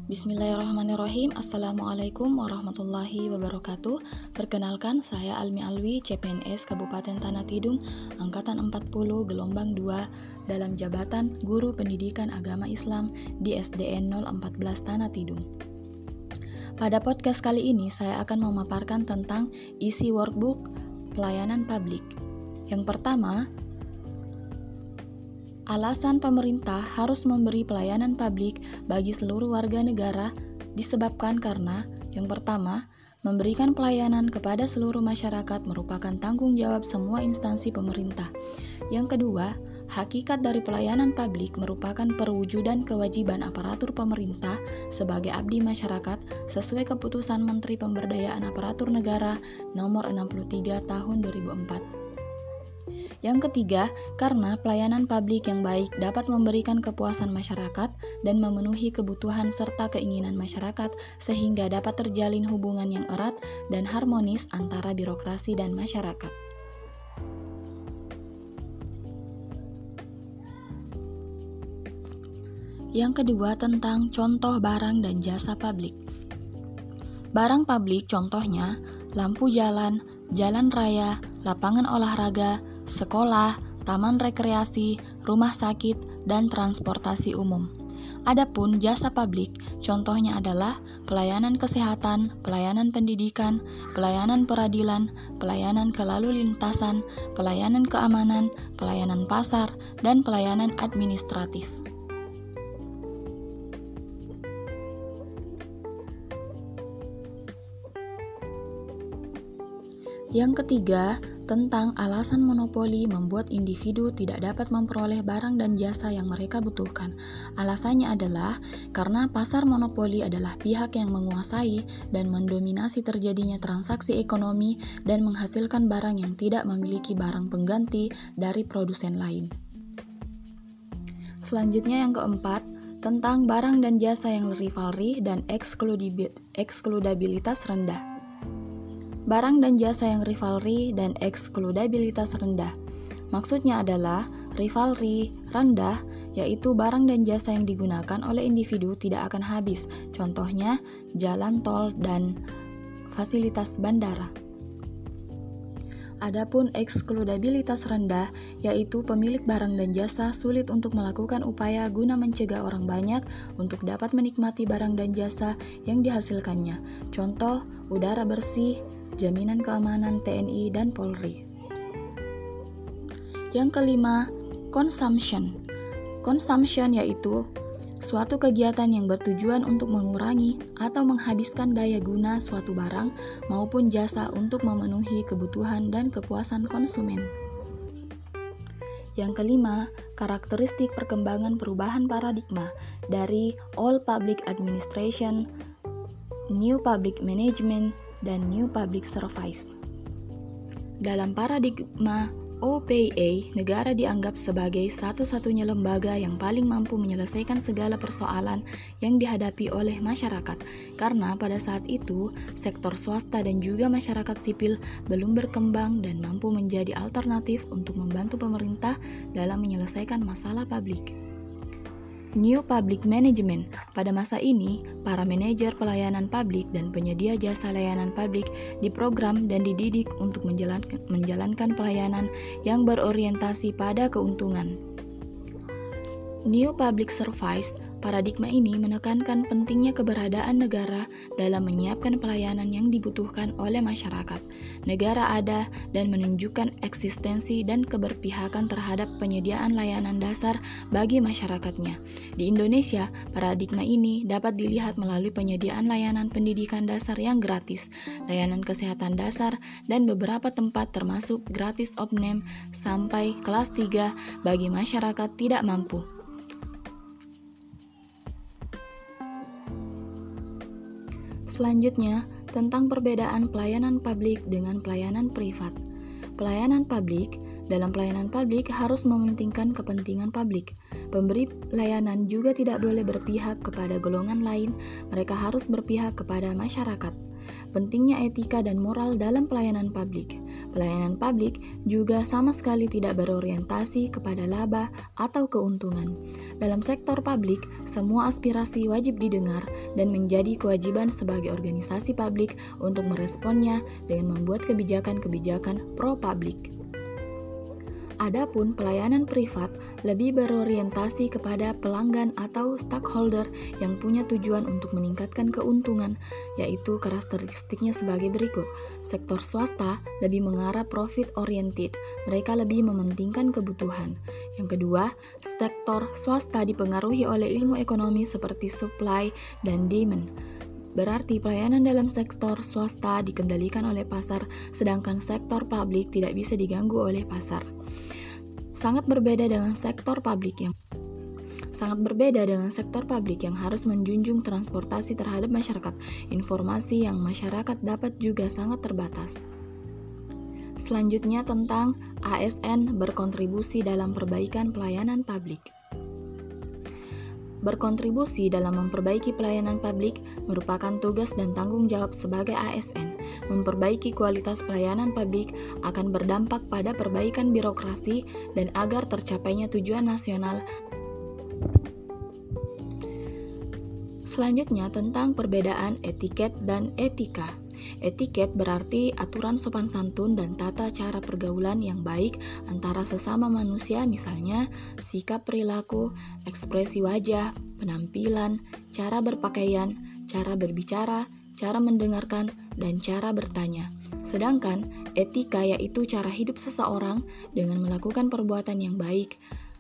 Bismillahirrahmanirrahim. Assalamualaikum warahmatullahi wabarakatuh. Perkenalkan, saya Almi Alwi, CPNS Kabupaten Tanah Tidung, Angkatan 40, Gelombang 2, dalam jabatan Guru Pendidikan Agama Islam di SDN 014 Tanah Tidung. Pada podcast kali ini, saya akan memaparkan tentang isi workbook pelayanan publik. Yang pertama, alasan pemerintah harus memberi pelayanan publik bagi seluruh warga negara disebabkan karena, yang pertama, memberikan pelayanan kepada seluruh masyarakat merupakan tanggung jawab semua instansi pemerintah. Yang kedua, hakikat dari pelayanan publik merupakan perwujudan kewajiban aparatur pemerintah sebagai abdi masyarakat sesuai keputusan Menteri Pemberdayaan Aparatur Negara Nomor 63 Tahun 2004. Yang ketiga, karena pelayanan publik yang baik dapat memberikan kepuasan masyarakat dan memenuhi kebutuhan serta keinginan masyarakat sehingga dapat terjalin hubungan yang erat dan harmonis antara birokrasi dan masyarakat. Yang kedua, tentang contoh barang dan jasa publik. Barang publik contohnya lampu jalan, jalan raya, lapangan olahraga, sekolah, taman rekreasi, rumah sakit, dan transportasi umum. Adapun jasa publik, contohnya adalah pelayanan kesehatan, pelayanan pendidikan, pelayanan peradilan, pelayanan kelalu lintasan, pelayanan keamanan, pelayanan pasar, dan pelayanan administratif. Yang ketiga, tentang alasan monopoli membuat individu tidak dapat memperoleh barang dan jasa yang mereka butuhkan. Alasannya adalah karena pasar monopoli adalah pihak yang menguasai dan mendominasi terjadinya transaksi ekonomi dan menghasilkan barang yang tidak memiliki barang pengganti dari produsen lain. Selanjutnya yang keempat, tentang barang dan jasa yang rivalry dan eksklusibilitas rendah. Barang dan jasa yang rivalry dan eksklusibilitas rendah. Maksudnya adalah rivalry rendah, yaitu barang dan jasa yang digunakan oleh individu tidak akan habis. Contohnya, jalan tol dan fasilitas bandara. Adapun eksklusibilitas rendah, yaitu pemilik barang dan jasa sulit untuk melakukan upaya guna mencegah orang banyak untuk dapat menikmati barang dan jasa yang dihasilkannya. Contoh, udara bersih, jaminan keamanan TNI dan Polri. Yang kelima, consumption. Consumption yaitu suatu kegiatan yang bertujuan untuk mengurangi atau menghabiskan daya guna suatu barang maupun jasa untuk memenuhi kebutuhan dan kepuasan konsumen. Yang kelima, karakteristik perkembangan perubahan paradigma dari Old Public Administration, New Public Management, dan New Public Service. Dalam paradigma OPA, negara dianggap sebagai satu-satunya lembaga yang paling mampu menyelesaikan segala persoalan yang dihadapi oleh masyarakat, karena pada saat itu sektor swasta dan juga masyarakat sipil belum berkembang dan mampu menjadi alternatif untuk membantu pemerintah dalam menyelesaikan masalah publik. New Public Management. Pada masa ini, para manajer pelayanan publik dan penyedia jasa layanan publik diprogram dan dididik untuk menjalankan pelayanan yang berorientasi pada keuntungan. New Public Service. Paradigma ini menekankan pentingnya keberadaan negara dalam menyiapkan pelayanan yang dibutuhkan oleh masyarakat. Negara ada dan menunjukkan eksistensi dan keberpihakan terhadap penyediaan layanan dasar bagi masyarakatnya. Di Indonesia, paradigma ini dapat dilihat melalui penyediaan layanan pendidikan dasar yang gratis, layanan kesehatan dasar, dan beberapa tempat termasuk gratis opname sampai kelas 3 bagi masyarakat tidak mampu. Selanjutnya, tentang perbedaan pelayanan publik dengan pelayanan privat. Pelayanan publik, dalam pelayanan publik harus mementingkan kepentingan publik. Pemberi layanan juga tidak boleh berpihak kepada golongan lain, mereka harus berpihak kepada masyarakat. Pentingnya etika dan moral dalam pelayanan publik. Pelayanan publik juga sama sekali tidak berorientasi kepada laba atau keuntungan. Dalam sektor publik, semua aspirasi wajib didengar dan menjadi kewajiban sebagai organisasi publik untuk meresponnya dengan membuat kebijakan-kebijakan pro-publik. Adapun pelayanan privat lebih berorientasi kepada pelanggan atau stakeholder yang punya tujuan untuk meningkatkan keuntungan, yaitu karakteristiknya sebagai berikut. Sektor swasta lebih mengarah profit oriented, mereka lebih mementingkan kebutuhan. Yang kedua, sektor swasta dipengaruhi oleh ilmu ekonomi seperti supply dan demand. Berarti pelayanan dalam sektor swasta dikendalikan oleh pasar, sedangkan sektor publik tidak bisa diganggu oleh pasar. Sangat berbeda dengan sektor publik yang harus menjunjung transportasi terhadap masyarakat. Informasi yang masyarakat dapat juga sangat terbatas. Selanjutnya tentang ASN berkontribusi dalam perbaikan pelayanan publik. Berkontribusi dalam memperbaiki pelayanan publik merupakan tugas dan tanggung jawab sebagai ASN. Memperbaiki kualitas pelayanan publik akan berdampak pada perbaikan birokrasi dan agar tercapainya tujuan nasional. Selanjutnya tentang perbedaan etiket dan etika. Etiket berarti aturan sopan santun dan tata cara pergaulan yang baik antara sesama manusia, misalnya sikap perilaku, ekspresi wajah, penampilan, cara berpakaian, cara berbicara, cara mendengarkan, dan cara bertanya. Sedangkan etika yaitu cara hidup seseorang dengan melakukan perbuatan yang baik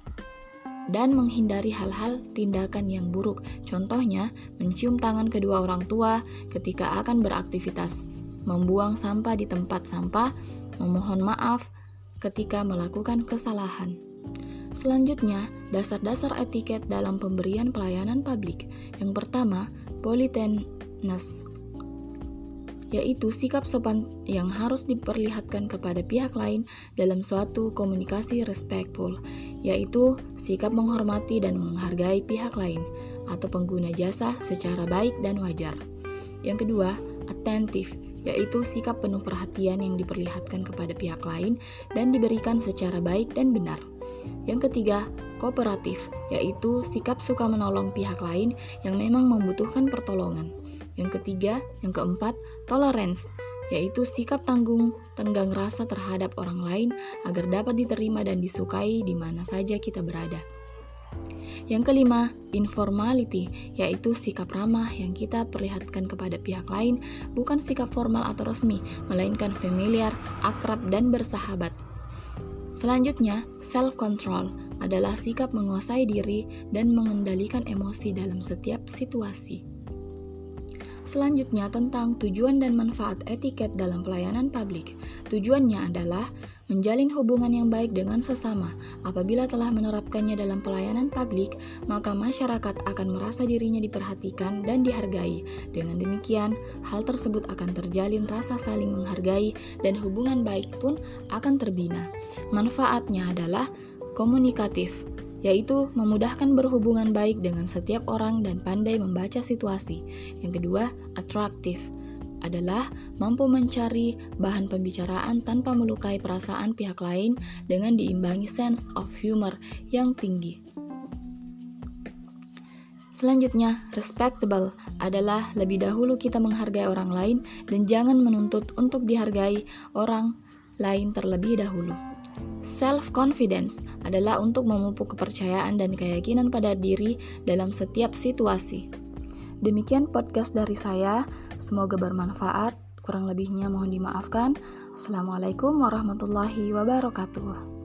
dan menghindari hal-hal tindakan yang buruk. Contohnya, mencium tangan kedua orang tua ketika akan beraktivitas, membuang sampah di tempat sampah, memohon maaf ketika melakukan kesalahan. Selanjutnya, dasar-dasar etiket dalam pemberian pelayanan publik. Yang pertama, politeness, yaitu sikap sopan yang harus diperlihatkan kepada pihak lain dalam suatu komunikasi respectful, yaitu sikap menghormati dan menghargai pihak lain atau pengguna jasa secara baik dan wajar. Yang kedua, attentive, yaitu sikap penuh perhatian yang diperlihatkan kepada pihak lain dan diberikan secara baik dan benar. Yang ketiga, kooperatif, yaitu sikap suka menolong pihak lain yang memang membutuhkan pertolongan. Yang keempat, tolerance, yaitu sikap tenggang rasa terhadap orang lain agar dapat diterima dan disukai di mana saja kita berada. Yang kelima, informality, yaitu sikap ramah yang kita perlihatkan kepada pihak lain, bukan sikap formal atau resmi, melainkan familiar, akrab, dan bersahabat. Selanjutnya, self-control adalah sikap menguasai diri dan mengendalikan emosi dalam setiap situasi. Selanjutnya tentang tujuan dan manfaat etiket dalam pelayanan publik. Tujuannya adalah menjalin hubungan yang baik dengan sesama. Apabila telah menerapkannya dalam pelayanan publik, maka masyarakat akan merasa dirinya diperhatikan dan dihargai. Dengan demikian, hal tersebut akan terjalin rasa saling menghargai dan hubungan baik pun akan terbina. Manfaatnya adalah komunikatif, yaitu memudahkan berhubungan baik dengan setiap orang dan pandai membaca situasi. Yang kedua, atraktif adalah mampu mencari bahan pembicaraan tanpa melukai perasaan pihak lain dengan diimbangi sense of humor yang tinggi. Selanjutnya, respectable adalah lebih dahulu kita menghargai orang lain dan jangan menuntut untuk dihargai orang lain terlebih dahulu. Self-confidence adalah untuk memupuk kepercayaan dan keyakinan pada diri dalam setiap situasi. Demikian podcast dari saya, semoga bermanfaat. Kurang lebihnya mohon dimaafkan. Assalamualaikum warahmatullahi wabarakatuh.